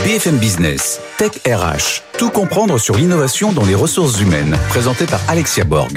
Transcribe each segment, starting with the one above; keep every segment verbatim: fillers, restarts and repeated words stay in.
B F M Business, Tech R H. Tout comprendre sur l'innovation dans les ressources humaines. Présenté par Alexia Borg.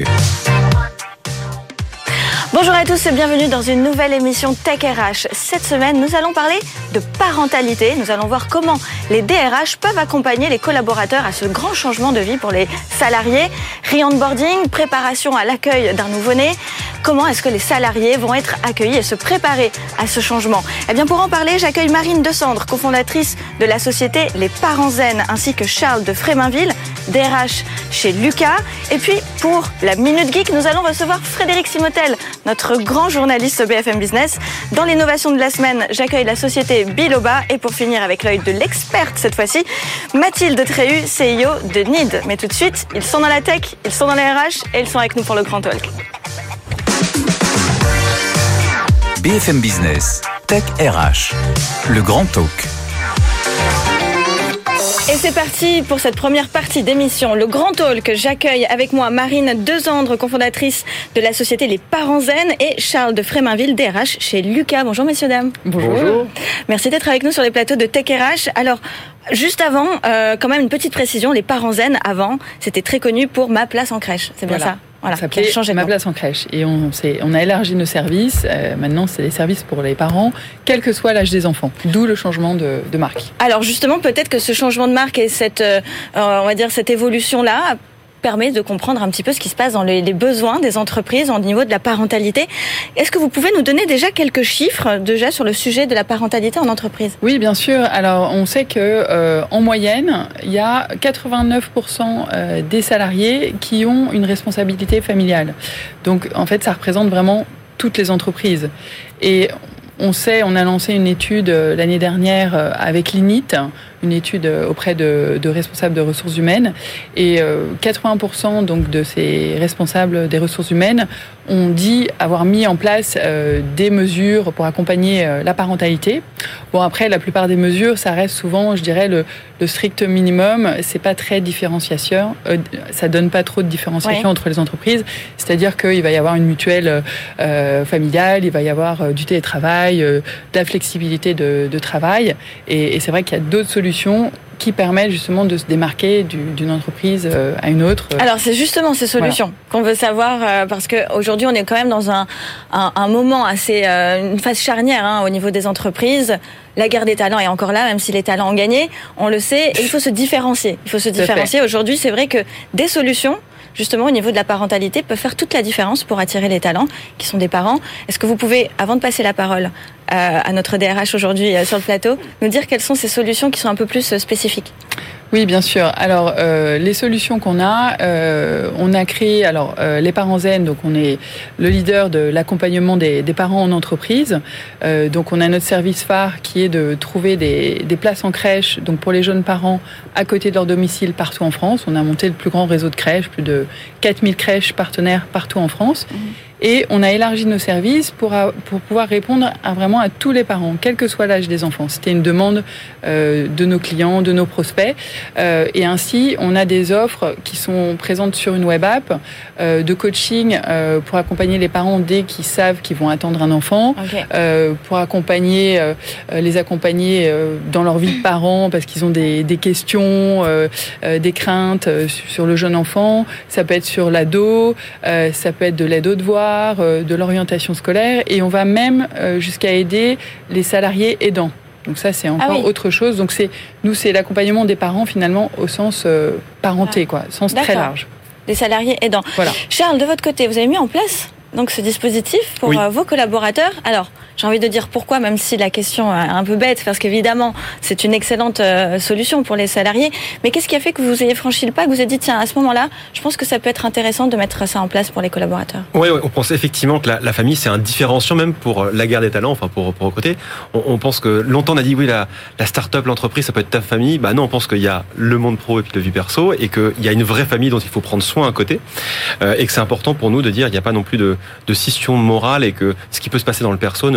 Bonjour à tous et bienvenue dans une nouvelle émission Tech R H. Cette semaine, nous allons parler de parentalité. Nous allons voir comment les D R H peuvent accompagner les collaborateurs à ce grand changement de vie pour les salariés. Re-onboarding, préparation à l'accueil d'un nouveau-né. Comment est-ce que les salariés vont être accueillis et se préparer à ce changement ? Eh bien, pour en parler, j'accueille Marine Desandres, cofondatrice de la société Les Parents Zen, ainsi que Charles de Fréminville, D R H chez Lucas. Et puis, pour la Minute Geek, nous allons recevoir Frédéric Simotel, notre grand journaliste B F M Business. Dans l'innovation de la semaine, j'accueille la société Biloba. Et pour finir avec l'œil de l'experte cette fois-ci, Mathilde Tréhu, C E O de N I D. Mais tout de suite, ils sont dans la tech, ils sont dans les R H et ils sont avec nous pour le Grand Talk. B F M Business, Tech R H, le Grand Talk. Et c'est parti pour cette première partie d'émission, le Grand Talk. J'accueille avec moi Marine Desandres, cofondatrice de la société Les Parents Zen, et Charles de Fréminville, D R H chez Lucas. Bonjour messieurs, dames. Bonjour. Bonjour. Merci d'être avec nous sur les plateaux de Tech R H. Alors, juste avant, euh, quand même une petite précision, Les Parents Zen, avant, c'était très connu pour Ma Place en crèche. C'est bien voilà. ça ? Voilà, ça s'appelait Ma Place en crèche. Et on, on a élargi nos services. Euh, maintenant, c'est des services pour les parents, quel que soit l'âge des enfants. D'où le changement de, de marque. Alors justement, peut-être que ce changement de marque et cette, euh, on va dire, cette évolution-là permet de comprendre un petit peu ce qui se passe dans les, les besoins des entreprises au niveau de la parentalité. Est-ce que vous pouvez nous donner déjà quelques chiffres déjà sur le sujet de la parentalité en entreprise ? Oui, bien sûr. Alors, on sait que euh, en moyenne, il y a quatre-vingt-neuf pour cent des salariés qui ont une responsabilité familiale. Donc, en fait, ça représente vraiment toutes les entreprises. Et on sait, on a lancé une étude l'année dernière avec l'I N I T, une étude auprès de, de responsables de ressources humaines, et quatre-vingts pour cent donc de ces responsables des ressources humaines ont dit avoir mis en place euh, des mesures pour accompagner euh, la parentalité. Bon, après, la plupart des mesures, ça reste souvent, je dirais, le, le strict minimum. C'est pas très différenciateur. Euh, ça donne pas trop de différenciation oui. entre les entreprises. C'est-à-dire qu'il va y avoir une mutuelle euh, familiale, il va y avoir euh, du télétravail, euh, de la flexibilité de, de travail. Et, et c'est vrai qu'il y a d'autres solutions qui permettent justement de se démarquer du, d'une entreprise à une autre. Alors c'est justement ces solutions voilà. qu'on veut savoir euh, parce qu'aujourd'hui on est quand même dans un, un, un moment assez, euh, une phase charnière hein, au niveau des entreprises. La guerre des talents est encore là, même si les talents ont gagné, on le sait, et il faut se différencier. Il faut se différencier. Aujourd'hui, c'est vrai que des solutions, justement au niveau de la parentalité, peuvent faire toute la différence pour attirer les talents qui sont des parents. Est-ce que vous pouvez, avant de passer la parole euh, à notre D R H aujourd'hui euh, sur le plateau, nous dire quelles sont ces solutions qui sont un peu plus euh, spécifiques ? Oui, bien sûr. Alors, euh, les solutions qu'on a, euh, on a créé, alors, euh, Les Parents Zen, donc on est le leader de l'accompagnement des, des parents en entreprise. Euh, donc, on a notre service phare qui est de trouver des, des places en crèche, donc pour les jeunes parents, à côté de leur domicile partout en France. On a monté le plus grand réseau de crèches, plus de quatre mille crèches partenaires partout en France. Mmh. Et on a élargi nos services pour, pour pouvoir répondre à vraiment à tous les parents, quel que soit l'âge des enfants. C'était une demande euh, de nos clients, de nos prospects. Euh, et ainsi, on a des offres qui sont présentes sur une web app euh, de coaching euh, pour accompagner les parents dès qu'ils savent qu'ils vont attendre un enfant, okay. euh, pour accompagner, euh, les accompagner euh, dans leur vie de parents parce qu'ils ont des, des questions, euh, euh, des craintes euh, sur le jeune enfant. Ça peut être sur l'ado, euh, ça peut être de l'aide aux devoirs, de l'orientation scolaire, et on va même jusqu'à aider les salariés aidants. Donc ça, c'est encore ah oui. autre chose. Donc c'est, nous, c'est l'accompagnement des parents finalement au sens euh, parenté, quoi, sens D'accord. très large. Les salariés aidants. Voilà. Charles, de votre côté, vous avez mis en place donc ce dispositif pour oui. euh, vos collaborateurs. Alors, j'ai envie de dire pourquoi, même si la question est un peu bête, parce qu'évidemment, c'est une excellente euh, solution pour les salariés. Mais qu'est-ce qui a fait que vous ayez franchi le pas, que vous avez dit, tiens, à ce moment-là, je pense que ça peut être intéressant de mettre ça en place pour les collaborateurs. Oui, on pense effectivement que la, la famille, c'est un différenciant même pour la guerre des talents, enfin pour, pour recruter. On, on pense que longtemps on a dit, oui, la, la start-up, l'entreprise, ça peut être ta famille. Bah non, on pense qu'il y a le monde pro et puis la vie perso, et qu'il y a une vraie famille dont il faut prendre soin à côté, euh, et que c'est important pour nous de dire, il n'y a pas non plus de, de scission morale, et que ce qui peut se passer dans le perso ne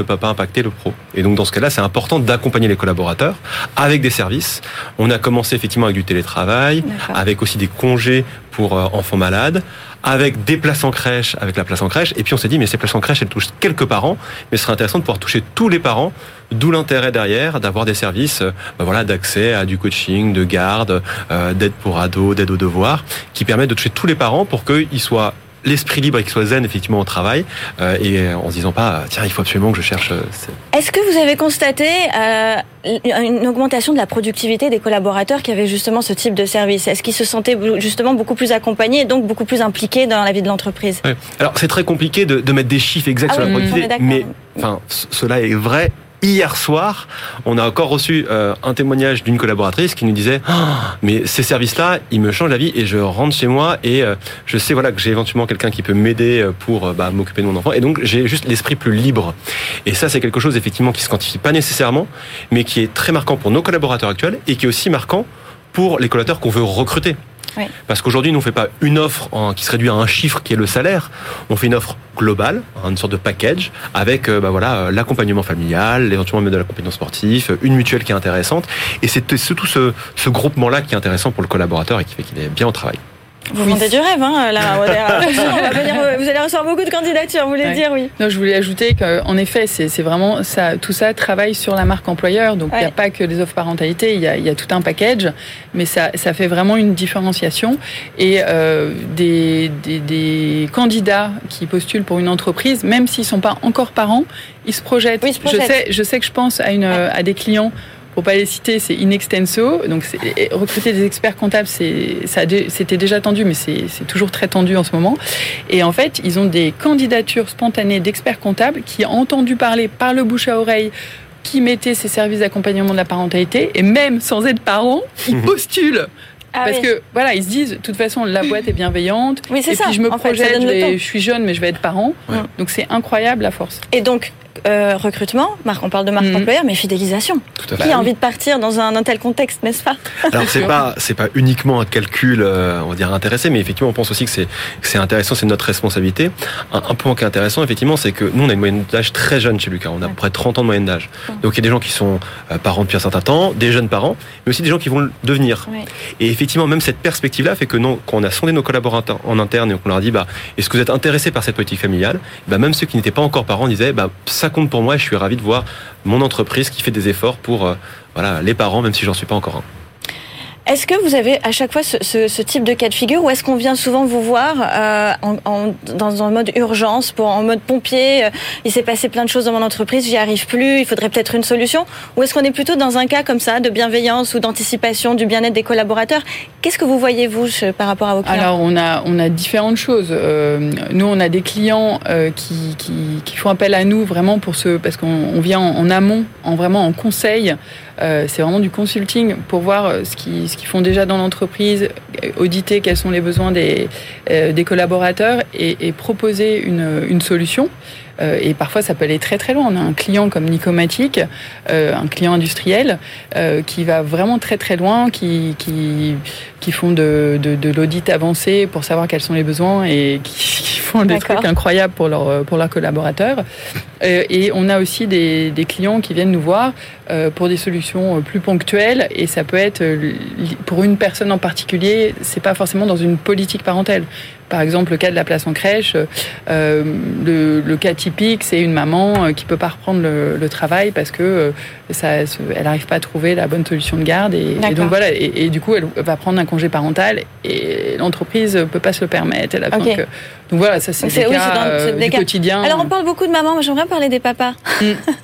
pas impacter le pro. Et donc dans ce cas-là, c'est important d'accompagner les collaborateurs avec des services. On a commencé effectivement avec du télétravail, D'accord. avec aussi des congés pour euh, enfants malades, avec des places en crèche, avec la place en crèche. Et puis on s'est dit, mais ces places en crèche, elles touchent quelques parents, mais ce serait intéressant de pouvoir toucher tous les parents, d'où l'intérêt derrière d'avoir des services euh, ben voilà, d'accès à du coaching, de garde, euh, d'aide pour ados, d'aide aux devoirs, qui permettent de toucher tous les parents pour qu'ils soient l'esprit libre et qu'ils soient zen effectivement au travail euh, et en se disant pas tiens il faut absolument que je cherche. Euh, Est-ce que vous avez constaté euh, une augmentation de la productivité des collaborateurs qui avaient justement ce type de service? Est-ce qu'ils se sentaient justement beaucoup plus accompagnés et donc beaucoup plus impliqués dans la vie de l'entreprise? Ouais. Alors c'est très compliqué de, de mettre des chiffres exacts ah sur oui, la productivité, mais enfin c- cela est vrai. Hier soir, on a encore reçu euh, un témoignage d'une collaboratrice qui nous disait oh, mais ces services-là, ils me changent la vie et je rentre chez moi et euh, je sais voilà que j'ai éventuellement quelqu'un qui peut m'aider pour euh, bah, m'occuper de mon enfant et donc j'ai juste l'esprit plus libre. Et ça, c'est quelque chose effectivement qui se quantifie pas nécessairement, mais qui est très marquant pour nos collaborateurs actuels et qui est aussi marquant pour les collaborateurs qu'on veut recruter. Oui. Parce qu'aujourd'hui, nous, on ne fait pas une offre en, qui se réduit à un chiffre qui est le salaire. On fait une offre globale, une sorte de package, avec euh, bah, voilà, l'accompagnement familial, éventuellement même de l'accompagnement sportif, une mutuelle qui est intéressante. Et c'est surtout ce, ce groupement-là qui est intéressant pour le collaborateur et qui fait qu'il est bien au travail. Vous vendez du rêve, hein, là. On va venir, vous allez recevoir beaucoup de candidatures, vous voulez ouais. dire, oui. Non, je voulais ajouter qu'en effet, c'est, c'est vraiment ça, tout ça travaille sur la marque employeur. Donc, il ouais. n'y a pas que les offres parentalité, il y a, il y a tout un package, mais ça, ça fait vraiment une différenciation. Et euh, des, des, des candidats qui postulent pour une entreprise, même s'ils ne sont pas encore parents, ils se projettent. Oui, ils se projettent. Je sais, je sais que je pense à, une, ouais. à des clients. Pour pas les citer, c'est Inextenso. Donc, c'est, recruter des experts comptables, c'est, ça, c'était déjà tendu, mais c'est, c'est toujours très tendu en ce moment. Et en fait, ils ont des candidatures spontanées d'experts comptables qui ont entendu parler par le bouche à oreille qui mettaient ces services d'accompagnement de la parentalité. Et même sans être parents, ils postulent. Ah Parce oui. que voilà, ils se disent, de toute façon, la boîte est bienveillante. Oui, c'est et ça. puis je me en projette, fait, je, vais, je suis jeune, mais je vais être parent. Ouais. Donc c'est incroyable la force. Et donc, euh, recrutement, marque, on parle de marque mmh. employeur, mais fidélisation. Tout à fait. Qui bah, a oui. envie de partir dans un, un tel contexte, n'est-ce pas? Alors c'est pas c'est pas uniquement un calcul, euh, on va dire intéressé, mais effectivement on pense aussi que c'est que c'est intéressant, c'est notre responsabilité. Un, un point qui est intéressant effectivement, c'est que nous on a une moyenne d'âge très jeune chez Lucas, on a ouais. près de trente ans de moyenne d'âge. Ouais. Donc il y a des gens qui sont euh, parents depuis un certain temps, des jeunes parents, mais aussi des gens qui vont le devenir. Ouais. Et effectivement même cette perspective-là fait que non, quand on a sondé nos collaborateurs en interne et qu'on leur a dit bah est-ce que vous êtes intéressés par cette politique familiale, bah même ceux qui n'étaient pas encore parents disaient bah ça compte pour moi, et je suis ravi de voir mon entreprise qui fait des efforts pour euh, voilà, les parents, même si j'en suis pas encore un. Est-ce que vous avez à chaque fois ce, ce, ce type de cas de figure ou est-ce qu'on vient souvent vous voir euh, en, en, dans un mode urgence, pour, en mode pompier, euh, il s'est passé plein de choses dans mon entreprise, j'y arrive plus, il faudrait peut-être une solution? Ou est-ce qu'on est plutôt dans un cas comme ça, de bienveillance ou d'anticipation du bien-être des collaborateurs? Qu'est-ce que vous voyez, vous, par rapport à vos clients? Alors, on a, on a différentes choses. Euh, nous, on a des clients euh, qui, qui, qui font appel à nous vraiment pour ce... Parce qu'on on vient en, en amont, en, vraiment en conseil. Euh, c'est vraiment du consulting pour voir ce qu'ils, ce qu'ils font déjà dans l'entreprise, auditer quels sont les besoins des, euh, des collaborateurs et, et proposer une, une solution. Euh, et parfois, ça peut aller très très loin. On a un client comme Nicomatic, euh, un client industriel, euh, qui va vraiment très très loin, qui, qui, qui font de, de, de l'audit avancé pour savoir quels sont les besoins et qui, qui font des D'accord. trucs incroyables pour, leur, pour leurs collaborateurs. Euh, et on a aussi des, des clients qui viennent nous voir euh, pour des solutions plus ponctuelles. Et ça peut être, pour une personne en particulier, c'est pas forcément dans une politique parentale. Par exemple, le cas de la place en crèche, euh, le, le cas typique, c'est une maman qui peut pas reprendre le, le travail parce que ça, elle n'arrive pas à trouver la bonne solution de garde. Et, et donc voilà, et, et du coup, elle va prendre un congé parental et l'entreprise peut pas se le permettre. Elle a okay. que... Donc voilà, ça c'est, c'est des oui, cas, c'est dans, c'est euh, des du cas. quotidien. Alors on parle beaucoup de mamans, mais j'aimerais parler des papas. Mm.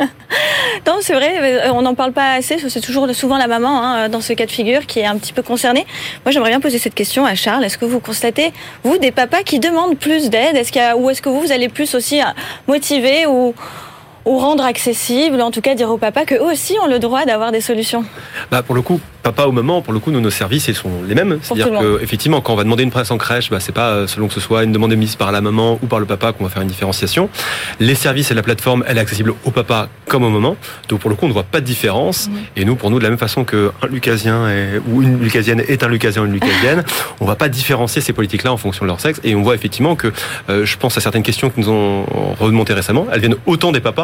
Non, c'est vrai, on n'en parle pas assez. C'est toujours souvent la maman hein, dans ce cas de figure qui est un petit peu concernée. Moi, j'aimerais bien poser cette question à Charles. Est-ce que vous constatez, vous, des papas qui demandent plus d'aide? Est-ce qu'il y a, ou est-ce que vous, vous allez plus aussi motiver ou, ou rendre accessible, en tout cas dire aux papas qu'eux aussi ont le droit d'avoir des solutions? Bah pour le coup, papa ou maman, pour le coup, nous, nos services, ils sont les mêmes. Pour C'est-à-dire que, effectivement, quand on va demander une place en crèche, bah, c'est pas selon que ce soit une demande émise par la maman ou par le papa qu'on va faire une différenciation. Les services et la plateforme, elle est accessible au papa comme au maman. Donc, pour le coup, on ne voit pas de différence. Mmh. Et nous, pour nous, de la même façon qu'un Lucasien est, ou une Lucasienne est un Lucasien ou une Lucasienne, on ne va pas différencier ces politiques-là en fonction de leur sexe. Et on voit effectivement que, euh, je pense à certaines questions qui nous ont remonté récemment, elles viennent autant des papas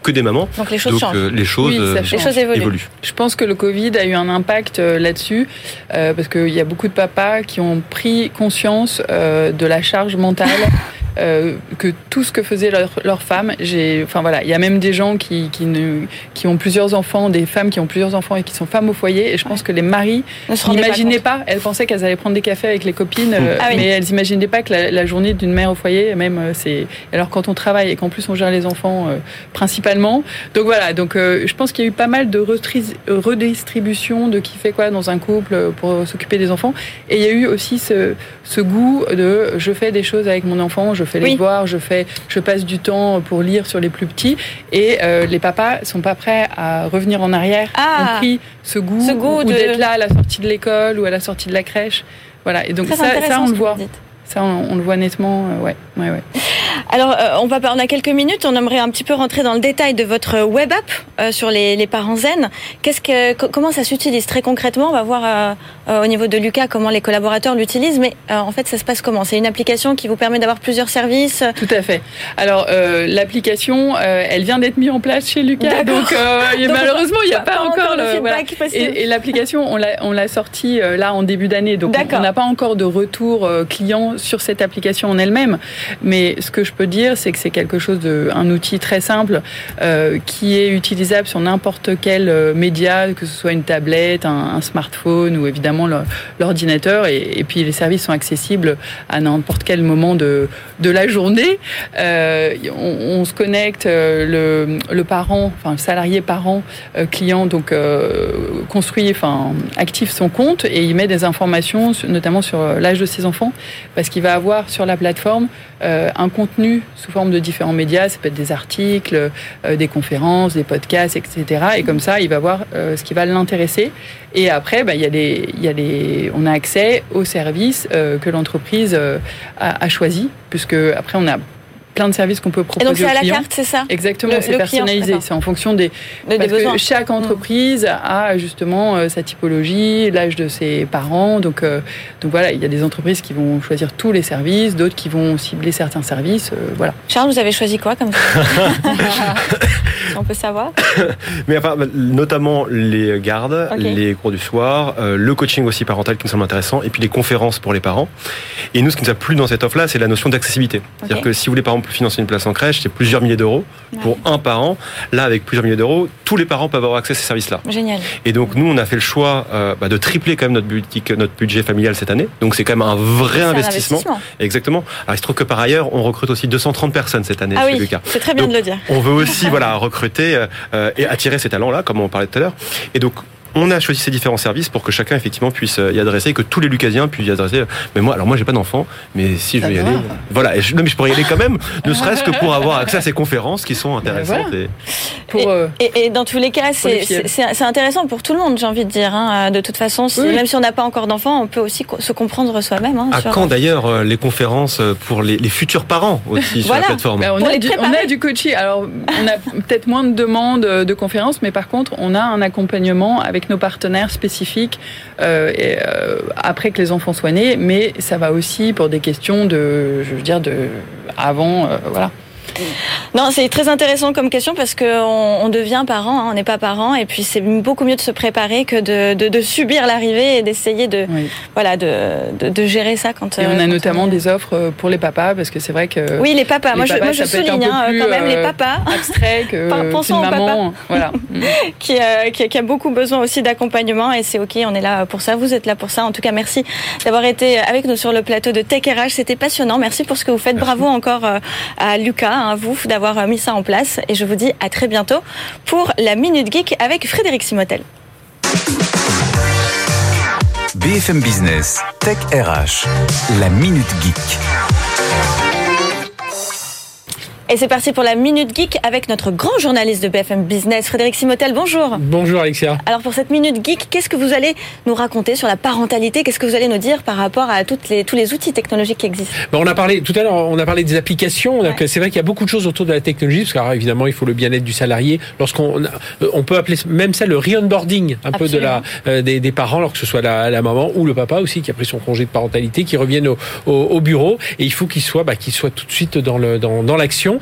que des mamans. Donc les choses Donc, changent. Euh, les choses, oui, euh, les choses évoluent. évoluent. Je pense que le Covid a eu un impact euh, là-dessus, euh, parce qu'il y a beaucoup de papas qui ont pris conscience euh, de la charge mentale. Euh, que tout ce que faisait leur, leur femme, j'ai, enfin voilà, il y a même des gens qui qui, ne, qui ont plusieurs enfants, des femmes qui ont plusieurs enfants et qui sont femmes au foyer. Et je pense ouais. que les maris n'imaginaient pas, pas. Elles pensaient qu'elles allaient prendre des cafés avec les copines, euh, ah oui. mais elles n'imaginaient pas que la, la journée d'une mère au foyer, même euh, c'est. Alors quand on travaille et qu'en plus on gère les enfants euh, principalement, donc voilà, donc euh, je pense qu'il y a eu pas mal de retri- redistribution de qui fait quoi dans un couple pour s'occuper des enfants. Et il y a eu aussi ce ce goût de je fais des choses avec mon enfant. Je Je fais les oui. devoirs, je fais, je passe du temps pour lire sur les plus petits, et euh, les papas sont pas prêts à revenir en arrière. Ah, ont pris ce goût, ce goût ou de... d'être là à la sortie de l'école ou à la sortie de la crèche. Voilà. Et donc ça, ça on le voit. Ça, on, on le voit nettement. Euh, ouais, ouais, ouais. Alors, euh, on va, on a quelques minutes. On aimerait un petit peu rentrer dans le détail de votre web app euh, sur les, les parents zen. Qu'est-ce que, comment ça s'utilise très concrètement? On va voir euh, euh, au niveau de Lucas comment les collaborateurs l'utilisent. Mais euh, en fait, ça se passe comment? C'est une application qui vous permet d'avoir plusieurs services? Tout à fait. Alors, euh, l'application, euh, elle vient d'être mise en place chez Lucas. Donc, euh, donc, malheureusement, il n'y a pas, pas encore le, le feedback. Voilà. Et, et l'application, on l'a, on l'a sortie euh, là en début d'année. Donc, on n'a pas encore de retour euh, client sur cette application en elle-même. Mais ce que je peux dire, c'est que c'est quelque chose de, un outil très simple euh, qui est utilisable sur n'importe quel euh, média, que ce soit une tablette, un, un smartphone ou évidemment le, l'ordinateur. Et, et puis les services sont accessibles à n'importe quel moment de, de la journée. Euh, on, on se connecte, euh, le, le parent, enfin le salarié parent, euh, client, donc euh, construit, enfin active son compte et il met des informations, notamment sur l'âge de ses enfants, parce qu'il va avoir sur la plateforme euh, un contenu sous forme de différents médias, ça peut être des articles, euh, des conférences, des podcasts, et cetera. Et comme ça, il va voir euh, ce qui va l'intéresser. Et après, bah, il y a les, il y a les, on a accès aux services euh, que l'entreprise euh, a, a choisi, puisque après on a plein de services qu'on peut proposer aux clients. Et donc c'est à la carte, c'est ça? Exactement, le, c'est le personnalisé. Client, c'est en fonction des... De, parce des besoins. Que chaque entreprise mmh. a justement euh, sa typologie, l'âge de ses parents. Donc, euh, donc voilà, il y a des entreprises qui vont choisir tous les services, d'autres qui vont cibler certains services. Euh, voilà. Charles, vous avez choisi quoi comme si on peut savoir? Mais enfin, notamment les gardes, okay. les cours du soir, euh, le coaching aussi parental qui nous semble intéressant, et puis les conférences pour les parents. Et nous, ce qui nous a plu dans cette offre-là, c'est la notion d'accessibilité. Okay. C'est-à-dire que si vous voulez par exemple financer une place en crèche, c'est plusieurs milliers d'euros ouais. pour un parent. Là, avec plusieurs milliers d'euros, tous les parents peuvent avoir accès à ces services-là. Génial. Et donc, nous, on a fait le choix euh, bah, de tripler quand même notre budget, notre budget familial cette année. Donc, c'est quand même un vrai c'est investissement. Un investissement. Exactement. Alors, il se trouve que par ailleurs, on recrute aussi deux cent trente personnes cette année ah chez oui, Lucas. C'est très bien donc, de le dire. On veut aussi voilà, recruter euh, et attirer ces talents-là, comme on parlait tout à l'heure. Et donc, on a choisi ces différents services pour que chacun effectivement puisse y adresser et que tous les Lucasiens puissent y adresser. Mais moi, alors moi, j'ai pas d'enfant, mais si je veux y aller, voilà. Et je, non, mais je pourrais y aller quand même, ne serait-ce que pour avoir accès à ces conférences qui sont intéressantes. Voilà. Et, pour, euh, et, et dans tous les cas, les c'est, c'est, c'est intéressant pour tout le monde, j'ai envie de dire. Hein. De toute façon, si, oui. même si on n'a pas encore d'enfant, on peut aussi se comprendre soi-même. Hein, à sur... quand d'ailleurs les conférences pour les, les futurs parents aussi voilà. sur la plateforme? Ben, on, a du, on a du coaching. Alors, on a peut-être moins de demandes de conférences, mais par contre, on a un accompagnement avec nos partenaires spécifique euh, et, euh, après que les enfants soient nés, mais ça va aussi pour des questions de, je veux dire, de avant, euh, voilà. Non, c'est très intéressant comme question parce que on, on devient parent, hein, on n'est pas parent, et puis c'est beaucoup mieux de se préparer que de, de, de subir l'arrivée et d'essayer de, oui. voilà, de, de, de gérer ça quand. Et on a quand notamment on... des offres pour les papas parce que c'est vrai que. Oui, les papas. Les moi, papas, je, moi, je souligne hein, quand même les papas. Abstrait que pensons qu'une maman, papa. voilà. qui, euh, qui, qui a beaucoup besoin aussi d'accompagnement et c'est ok, on est là pour ça. Vous êtes là pour ça. En tout cas, merci d'avoir été avec nous sur le plateau de Tech R H. C'était passionnant. Merci pour ce que vous faites. Bravo encore à Lucas, hein, vous, d'avoir mis ça en place et je vous dis à très bientôt pour la Minute Geek avec Frédéric Simotel. B F M Business, Tech R H, la Minute Geek. Et c'est parti pour la Minute Geek avec notre grand journaliste de B F M Business, Frédéric Simotel. Bonjour. Bonjour Alexia. Alors pour cette Minute Geek, qu'est-ce que vous allez nous raconter sur la parentalité? Qu'est-ce que vous allez nous dire par rapport à toutes les, tous les outils technologiques qui existent? Ben on a parlé tout à l'heure, on a parlé des applications. Ouais. Donc c'est vrai qu'il y a beaucoup de choses autour de la technologie, parce qu'évidemment évidemment il faut le bien-être du salarié. Lorsqu'on on peut appeler même ça le re-onboarding un Absolument. peu de la euh, des, des parents, alors que ce soit la, la maman ou le papa aussi qui a pris son congé de parentalité, qui reviennent au, au, au bureau, et il faut qu'il soit bah, qu'il soit tout de suite dans le dans, dans l'action.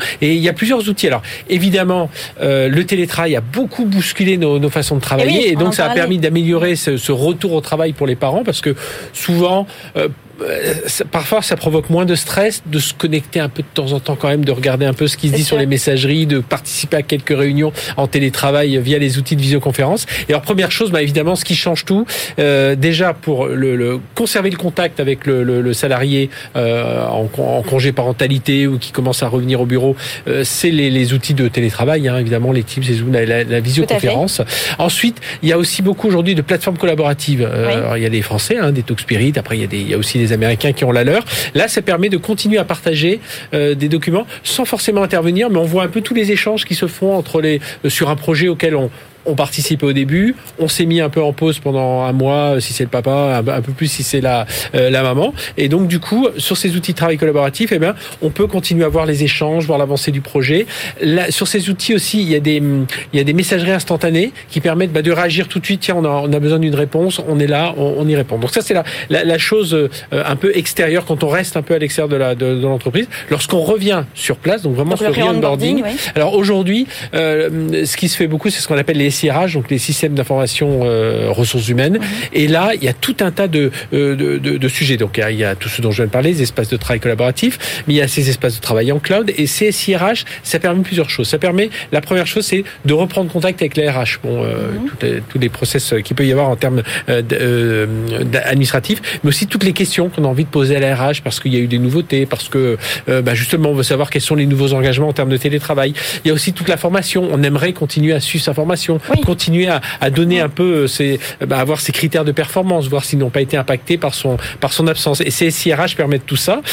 Et il y a plusieurs outils. Alors, évidemment, euh, le télétravail a beaucoup bousculé nos, nos façons de travailler, et, oui, et donc ça a permis d'améliorer ce, ce retour au travail pour les parents, parce que souvent, euh, parfois ça provoque moins de stress de se connecter un peu de temps en temps quand même, de regarder un peu ce qui se dit sur les messageries, de participer à quelques réunions en télétravail via les outils de visioconférence. Et alors première chose, bah évidemment, ce qui change tout, euh, déjà pour le, le conserver le contact avec le, le, le salarié euh, en, en congé parentalité ou qui commence à revenir au bureau, euh, c'est les, les outils de télétravail, hein, évidemment les Teams, les Zoom, la, la, la visioconférence. Ensuite, il y a aussi beaucoup aujourd'hui de plateformes collaboratives. Euh, oui. Alors, il y a des Français, hein, des Talkspirit. Après, il y a des, il y a aussi des Américains qui ont la leur. Là, ça permet de continuer à partager euh, des documents sans forcément intervenir, mais on voit un peu tous les échanges qui se font entre les euh, sur un projet auquel on on participait au début, on s'est mis un peu en pause pendant un mois si c'est le papa, un peu plus si c'est la euh, la maman, et donc du coup sur ces outils de travail collaboratif, eh bien on peut continuer à voir les échanges, voir l'avancée du projet. Là, sur ces outils aussi, il y a des il y a des messageries instantanées qui permettent bah, de réagir tout de suite. Tiens, on a on a besoin d'une réponse, on est là, on, on y répond. Donc ça c'est la, la la chose euh, un peu extérieure quand on reste un peu à l'extérieur de la de, de l'entreprise. Lorsqu'on revient sur place, donc vraiment donc sur le onboarding. Oui. Alors aujourd'hui, euh, ce qui se fait beaucoup, c'est ce qu'on appelle les S I R H, donc les systèmes d'information euh, ressources humaines. Mmh. Et là, il y a tout un tas de, de, de, de sujets. Donc, il y a tout ce dont je viens de parler, les espaces de travail collaboratifs, mais il y a ces espaces de travail en cloud. Et ces S I R H, ça permet plusieurs choses. Ça permet, la première chose, c'est de reprendre contact avec la R H. Bon, euh, mmh. tous les, tous les process qu'il peut y avoir en termes euh, euh, administratifs, mais aussi toutes les questions qu'on a envie de poser à la R H parce qu'il y a eu des nouveautés, parce que, euh, bah, justement, on veut savoir quels sont les nouveaux engagements en termes de télétravail. Il y a aussi toute la formation. On aimerait continuer à suivre sa formation. Oui. Continuer à, à donner un peu ses, bah, avoir ses critères de performance, voir s'ils n'ont pas été impactés par son par son absence. Et ces S I R H permettent tout ça.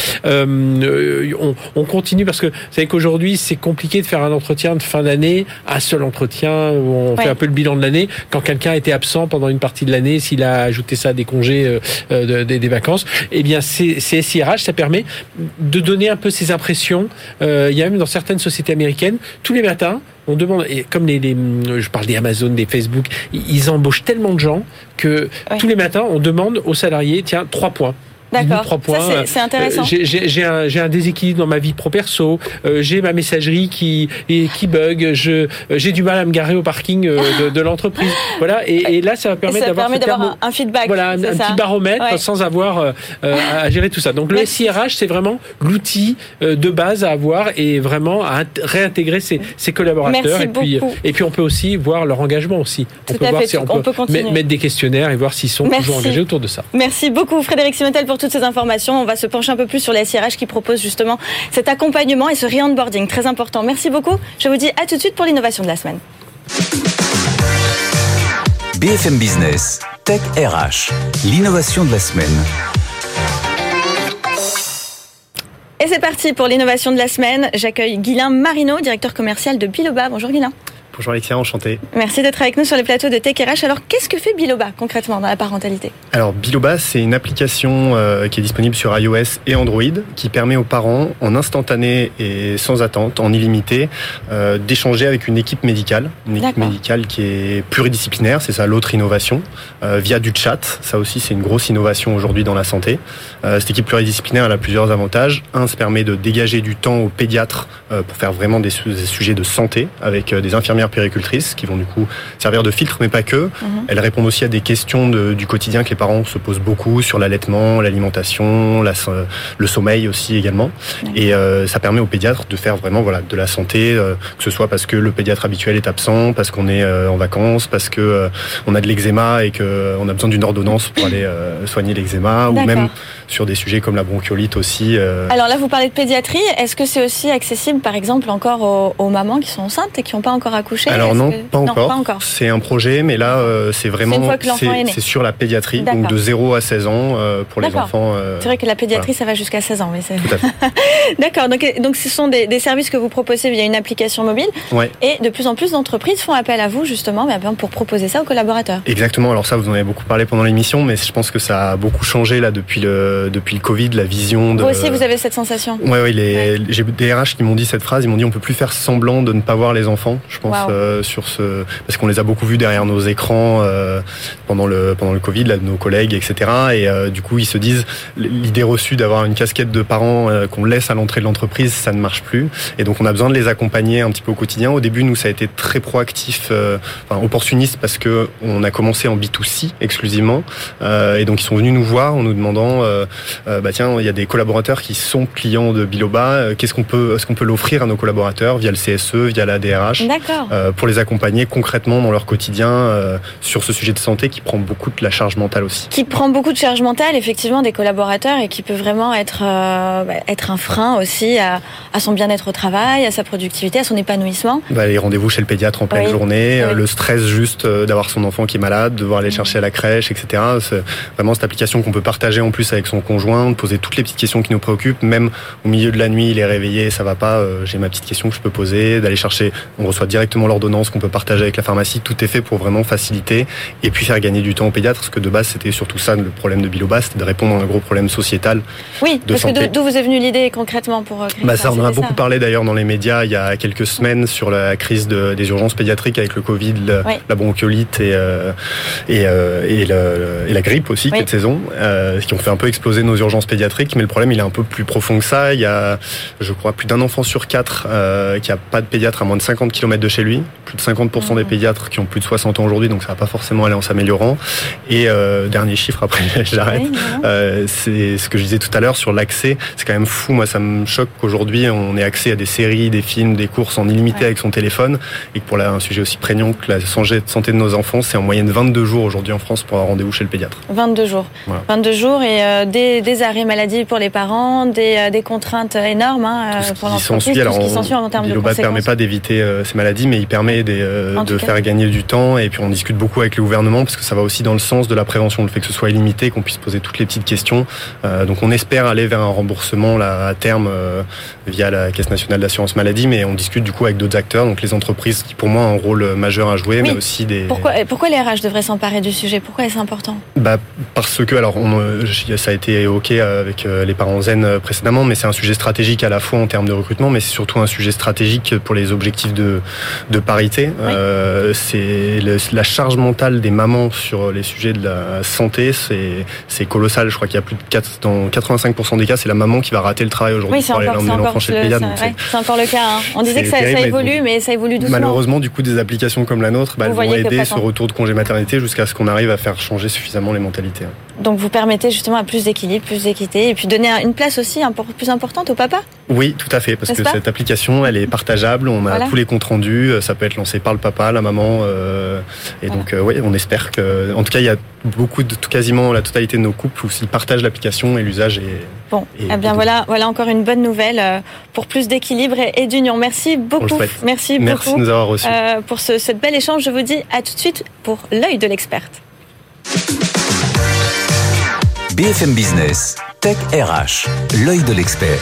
Euh, on, on continue parce que vous savez qu'aujourd'hui c'est compliqué de faire un entretien de fin d'année, un seul entretien où on ouais. fait un peu le bilan de l'année quand quelqu'un était absent pendant une partie de l'année, s'il a ajouté ça à des congés, euh, de, des, des vacances. Eh bien ces, ces S I R H, ça permet de donner un peu ses impressions. Euh, il y a même dans certaines sociétés américaines, tous les matins, on demande, et comme les, les, je parle des Amazon, des Facebook, ils embauchent tellement de gens que oui. tous les matins, on demande aux salariés, tiens, trois points. D'accord, trois points. Ça, c'est, c'est intéressant. Euh, j'ai, j'ai, j'ai, un, j'ai un déséquilibre dans ma vie pro-perso, euh, j'ai ma messagerie qui, et, qui bug, je, euh, j'ai du mal à me garer au parking euh, de, de l'entreprise. Voilà, et, et là, ça va permettre ça d'avoir, permet d'avoir terme, un, un feedback. Voilà, un, un ça. petit baromètre ouais. sans avoir euh, à gérer tout ça. Donc le ouais. S I R H, c'est vraiment l'outil euh, de base à avoir et vraiment à réintégrer ses, ses collaborateurs. Merci et puis, beaucoup. et puis on peut aussi voir leur engagement aussi. On tout peut à voir fait, si on, on peut, peut mettre des questionnaires et voir s'ils sont Merci. toujours engagés autour de ça. Merci beaucoup Frédéric Simontel pour toutes ces informations. On va se pencher un peu plus sur les S I R H qui proposent justement cet accompagnement et ce re-onboarding très important. Merci beaucoup. Je vous dis à tout de suite pour l'innovation de la semaine. B F M Business, Tech R H, l'innovation de la semaine. Et c'est parti pour l'innovation de la semaine. J'accueille Guylain Marino, directeur commercial de Biloba. Bonjour Guylain. Bonjour Alexia, enchanté. Merci d'être avec nous sur les plateaux de Tech R H. Alors, qu'est-ce que fait Biloba concrètement dans la parentalité ? Alors, Biloba, c'est une application euh, qui est disponible sur iOS et Android qui permet aux parents, en instantané et sans attente, en illimité, euh, d'échanger avec une équipe médicale. Une équipe D'accord. médicale qui est pluridisciplinaire, c'est ça l'autre innovation, euh, via du chat. Ça aussi, c'est une grosse innovation aujourd'hui dans la santé. Euh, cette équipe pluridisciplinaire, elle a plusieurs avantages. Un, ça permet de dégager du temps aux pédiatres euh, pour faire vraiment des, su- des sujets de santé avec euh, des infirmières puéricultrices qui vont du coup servir de filtre, mais pas que. Mmh. Elles répondent aussi à des questions de, du quotidien que les parents se posent beaucoup sur l'allaitement, l'alimentation, la, le sommeil aussi également. Mmh. Et euh, ça permet aux pédiatres de faire vraiment voilà de la santé, euh, que ce soit parce que le pédiatre habituel est absent, parce qu'on est euh, en vacances, parce que euh, on a de l'eczéma et que euh, on a besoin d'une ordonnance pour aller euh, soigner l'eczéma, ou même sur des sujets comme la bronchiolite aussi. Euh... Alors là, vous parlez de pédiatrie. Est-ce que c'est aussi accessible, par exemple, encore aux, aux mamans qui sont enceintes et qui n'ont pas encore accouché ? Alors non, que... pas, non encore. pas encore. C'est un projet, mais là, euh, c'est vraiment c'est, une fois que l'enfant c'est, est né. c'est sur la pédiatrie, D'accord. donc de zéro à seize ans euh, pour D'accord. les enfants. Euh, c'est vrai que la pédiatrie, voilà. ça va jusqu'à seize ans. Mais c'est... Tout à fait. D'accord, donc, donc ce sont des, des services que vous proposez via une application mobile. Ouais. Et de plus en plus d'entreprises font appel à vous, justement, pour proposer ça aux collaborateurs. Exactement, alors ça, vous en avez beaucoup parlé pendant l'émission, mais je pense que ça a beaucoup changé là depuis le, depuis le Covid, la vision de... Vous aussi, vous avez cette sensation ? Ouais, ouais, les, ouais. j'ai des R H qui m'ont dit cette phrase, ils m'ont dit on peut plus faire semblant de ne pas voir les enfants. Je pense wow. euh, sur ce, parce qu'on les a beaucoup vus derrière nos écrans euh, pendant le pendant le Covid, là, de nos collègues, et cetera. Et euh, du coup, ils se disent l'idée reçue d'avoir une casquette de parents euh, qu'on laisse à l'entrée de l'entreprise, ça ne marche plus. Et donc, on a besoin de les accompagner un petit peu au quotidien. Au début, nous, ça a été très proactif, euh, enfin, opportuniste, parce que on a commencé en B deux C exclusivement. Euh, et donc, ils sont venus nous voir en nous demandant, euh, euh, bah tiens, il y a des collaborateurs qui sont clients de Biloba. Qu'est-ce qu'on peut, est-ce qu'on peut l'offrir à nos collaborateurs via le C S E, via la D R H, euh, pour les accompagner concrètement dans leur quotidien euh, sur ce sujet de santé qui prend beaucoup de la charge mentale aussi. Qui prend beaucoup de charge mentale, effectivement, des collaborateurs et qui peut vraiment être euh, bah, être un frein aussi à, à son bien-être au travail, à sa productivité, à son épanouissement. Bah, les rendez-vous chez le pédiatre en pleine oui. journée, oui. le stress juste d'avoir son enfant qui est malade, de devoir aller chercher à la crèche, et cetera. C'est vraiment cette application qu'on peut partager en plus avec son conjoint, de poser toutes les petites questions qui nous préoccupent, même au milieu de la nuit, il est réveillé, ça va pas, euh, j'ai ma petite question que je peux poser, d'aller chercher, on reçoit directement l'ordonnance qu'on peut partager avec la pharmacie, tout est fait pour vraiment faciliter et puis faire gagner du temps au pédiatre, parce que de base c'était surtout ça le problème de Biloba, c'était de répondre à un gros problème sociétal. Oui, de parce santé. que d'où vous est venue l'idée concrètement pour créer bah, ça, ça, on en a ça. beaucoup parlé d'ailleurs dans les médias il y a quelques semaines sur la crise de, des urgences pédiatriques avec le Covid, le, oui. la bronchiolite et, euh, et, euh, et, le, et la grippe aussi, oui. cette saison, euh, qui ont fait un peu exploser nos urgences pédiatriques, mais le problème il est un peu plus profond que ça. Il y a, je crois, plus d'un enfant sur quatre euh, qui a pas de pédiatre à moins de cinquante kilomètres de chez lui, plus de cinquante pour cent mmh. des pédiatres qui ont plus de soixante ans aujourd'hui, donc ça va pas forcément aller en s'améliorant. Et euh, dernier chiffre, après j'arrête, oui, euh, c'est ce que je disais tout à l'heure sur l'accès, c'est quand même fou, moi ça me choque qu'aujourd'hui on ait accès à des séries, des films, des courses en illimité ouais. avec son téléphone, et que pour là, un sujet aussi prégnant que la santé de nos enfants, c'est en moyenne vingt-deux jours aujourd'hui en France pour un rendez-vous chez le pédiatre. vingt-deux jours. Voilà. vingt-deux jours et euh, des, des arrêts maladie pour les parents, des, euh, des contraintes énormes hein, pour l'entreprise, tout ce qui s'ensuit en termes de conséquences. Biloba ne permet pas d'éviter euh, ces maladies, mais il permet des, euh, de faire gagner du temps, et puis on discute beaucoup avec le gouvernement parce que ça va aussi dans le sens de la prévention, le fait que ce soit illimité, qu'on puisse poser toutes les petites questions. Euh, donc on espère aller vers un remboursement là, à terme euh, via la Caisse nationale d'assurance maladie, mais on discute du coup avec d'autres acteurs, donc les entreprises qui pour moi ont un rôle majeur à jouer, oui. mais aussi des... Pourquoi, pourquoi les R H devraient s'emparer du sujet? Pourquoi est-ce important? Bah, parce que, alors on, ça a été évoqué avec les parents zen précédemment, mais c'est un sujet stratégique à la fois en termes de recrutement, mais c'est surtout un sujet stratégique pour les objectifs de, de parité. Oui. Euh, c'est le, la charge mentale des mamans sur les sujets de la santé, c'est, c'est colossal. Je crois qu'il y a plus de quatre, dans quatre-vingt-cinq pour cent des cas, c'est la maman qui va rater le travail aujourd'hui oui, pour aller emmener l'enfant chez le pédiatre. C'est, ouais, c'est encore le cas. Hein. On disait que ça, terrible, ça évolue, mais, mais ça évolue doucement. Malheureusement, du coup, des applications comme la nôtre, bah, elles vont aider ce retour de congé maternité jusqu'à ce qu'on arrive à faire changer suffisamment les mentalités. Donc vous permettez justement à plus d'équilibre, plus d'équité, et puis donner une place aussi plus importante au papa? Oui, tout à fait, parce N'est-ce que pas cette application, elle est partageable, on a voilà. tous les comptes rendus, ça peut être lancé par le papa, la maman, euh, et voilà. donc euh, oui, on espère que, en tout cas, il y a beaucoup, de, quasiment la totalité de nos couples où ils partagent l'application et l'usage est... Bon, est, eh bien voilà, voilà encore une bonne nouvelle euh, pour plus d'équilibre et, et d'union. Merci beaucoup. Merci, Merci beaucoup de nous avoir reçus. Euh, pour ce, ce bel échange. Je vous dis à tout de suite pour l'œil de l'experte. B F M Business, Tech R H, l'œil de l'expert.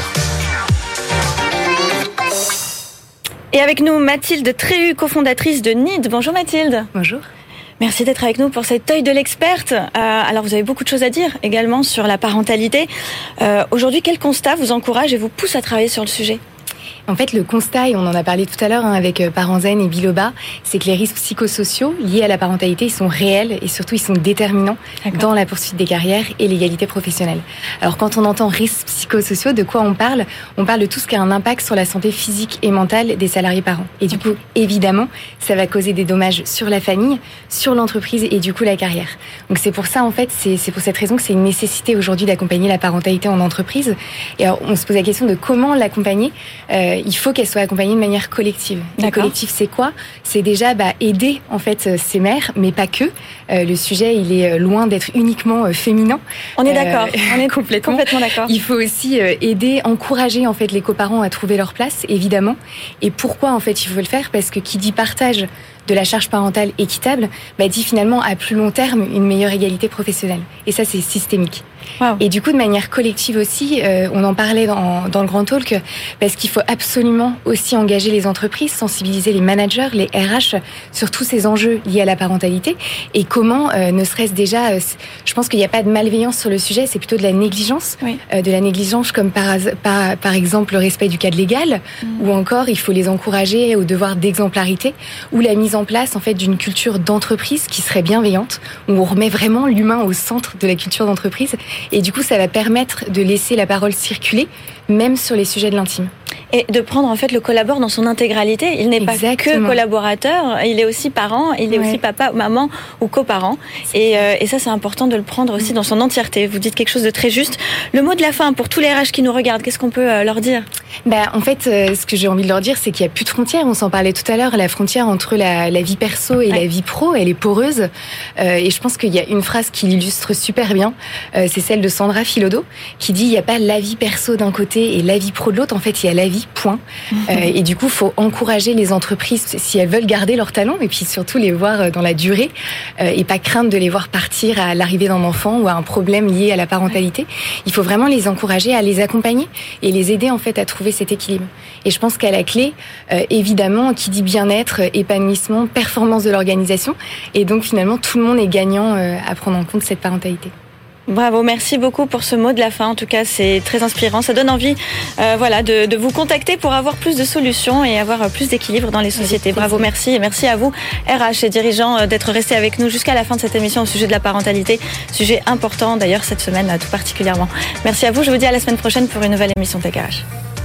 Et avec nous, Mathilde Tréhu, cofondatrice de N I D. Bonjour Mathilde. Bonjour. Merci d'être avec nous pour cet œil de l'experte. Euh, alors, vous avez beaucoup de choses à dire également sur la parentalité. Euh, aujourd'hui, quel constat vous encourage et vous pousse à travailler sur le sujet ? En fait, le constat, et on en a parlé tout à l'heure hein, avec Parents Zen et Biloba, c'est que les risques psychosociaux liés à la parentalité, ils sont réels et surtout ils sont déterminants D'accord. dans la poursuite des carrières et l'égalité professionnelle. Alors quand on entend risques psychosociaux, de quoi on parle ? On parle de tout ce qui a un impact sur la santé physique et mentale des salariés parents. Et du coup, évidemment, ça va causer des dommages sur la famille, sur l'entreprise et du coup la carrière. Donc c'est pour ça, en fait, c'est, c'est pour cette raison que c'est une nécessité aujourd'hui d'accompagner la parentalité en entreprise. Et alors, on se pose la question de comment l'accompagner. Euh, il faut qu'elle soit accompagnée de manière collective. Le collectif, c'est quoi ? C'est déjà bah, aider en fait ces mères, mais pas que. Euh, le sujet, il est loin d'être uniquement euh, féminin. On est d'accord. Euh, on est complètement, complètement d'accord. Il faut aussi euh, aider, encourager en fait les coparents à trouver leur place, évidemment. Et pourquoi en fait il faut le faire ? Parce que qui dit partage de la charge parentale équitable, bah, dit finalement à plus long terme une meilleure égalité professionnelle. Et ça, c'est systémique. Wow. Et du coup, de manière collective aussi, euh, on en parlait dans, dans le Grand Talk, parce qu'il faut absolument aussi engager les entreprises, sensibiliser les managers, les R H sur tous ces enjeux liés à la parentalité et comment, euh, ne serait-ce déjà, euh, je pense qu'il n'y a pas de malveillance sur le sujet, c'est plutôt de la négligence, oui. euh, de la négligence comme par, par, par exemple le respect du cadre légal, mmh. ou encore il faut les encourager au devoir d'exemplarité, ou la mise en place en fait d'une culture d'entreprise qui serait bienveillante, où on remet vraiment l'humain au centre de la culture d'entreprise. Et du coup, ça va permettre de laisser la parole circuler, même sur les sujets de l'intime. Et de prendre en fait le collaborateur dans son intégralité. Il n'est Exactement. pas que collaborateur, il est aussi parent, il est ouais. aussi papa, maman ou coparent. Et, euh, et ça, c'est important de le prendre aussi dans son entièreté. Vous dites quelque chose de très juste. Le mot de la fin pour tous les R H qui nous regardent, qu'est-ce qu'on peut euh, leur dire ? Bah, en fait, euh, ce que j'ai envie de leur dire, c'est qu'il n'y a plus de frontières. On s'en parlait tout à l'heure. La frontière entre la, la vie perso et ouais. la vie pro, elle est poreuse. Euh, et je pense qu'il y a une phrase qui l'illustre super bien. Euh, c'est celle de Sandra Philodo, qui dit il n'y a pas la vie perso d'un côté et la vie pro de l'autre. En fait, il y a la vie, point. Mmh. Euh, et du coup, il faut encourager les entreprises si elles veulent garder leurs talents et puis surtout les voir dans la durée euh, et pas craindre de les voir partir à l'arrivée d'un enfant ou à un problème lié à la parentalité. Ouais. Il faut vraiment les encourager à les accompagner et les aider en fait à trouver cet équilibre. Et je pense qu'à la clé, euh, évidemment, qui dit bien-être, épanouissement, performance de l'organisation. Et donc finalement, tout le monde est gagnant euh, à prendre en compte cette parentalité. Bravo, merci beaucoup pour ce mot de la fin. En tout cas, c'est très inspirant. Ça donne envie, euh, voilà, de, de vous contacter pour avoir plus de solutions et avoir plus d'équilibre dans les sociétés. Bravo, merci et merci à vous, R H et dirigeants, d'être restés avec nous jusqu'à la fin de cette émission au sujet de la parentalité. Sujet important, d'ailleurs, cette semaine, tout particulièrement. Merci à vous. Je vous dis à la semaine prochaine pour une nouvelle émission Tech R H.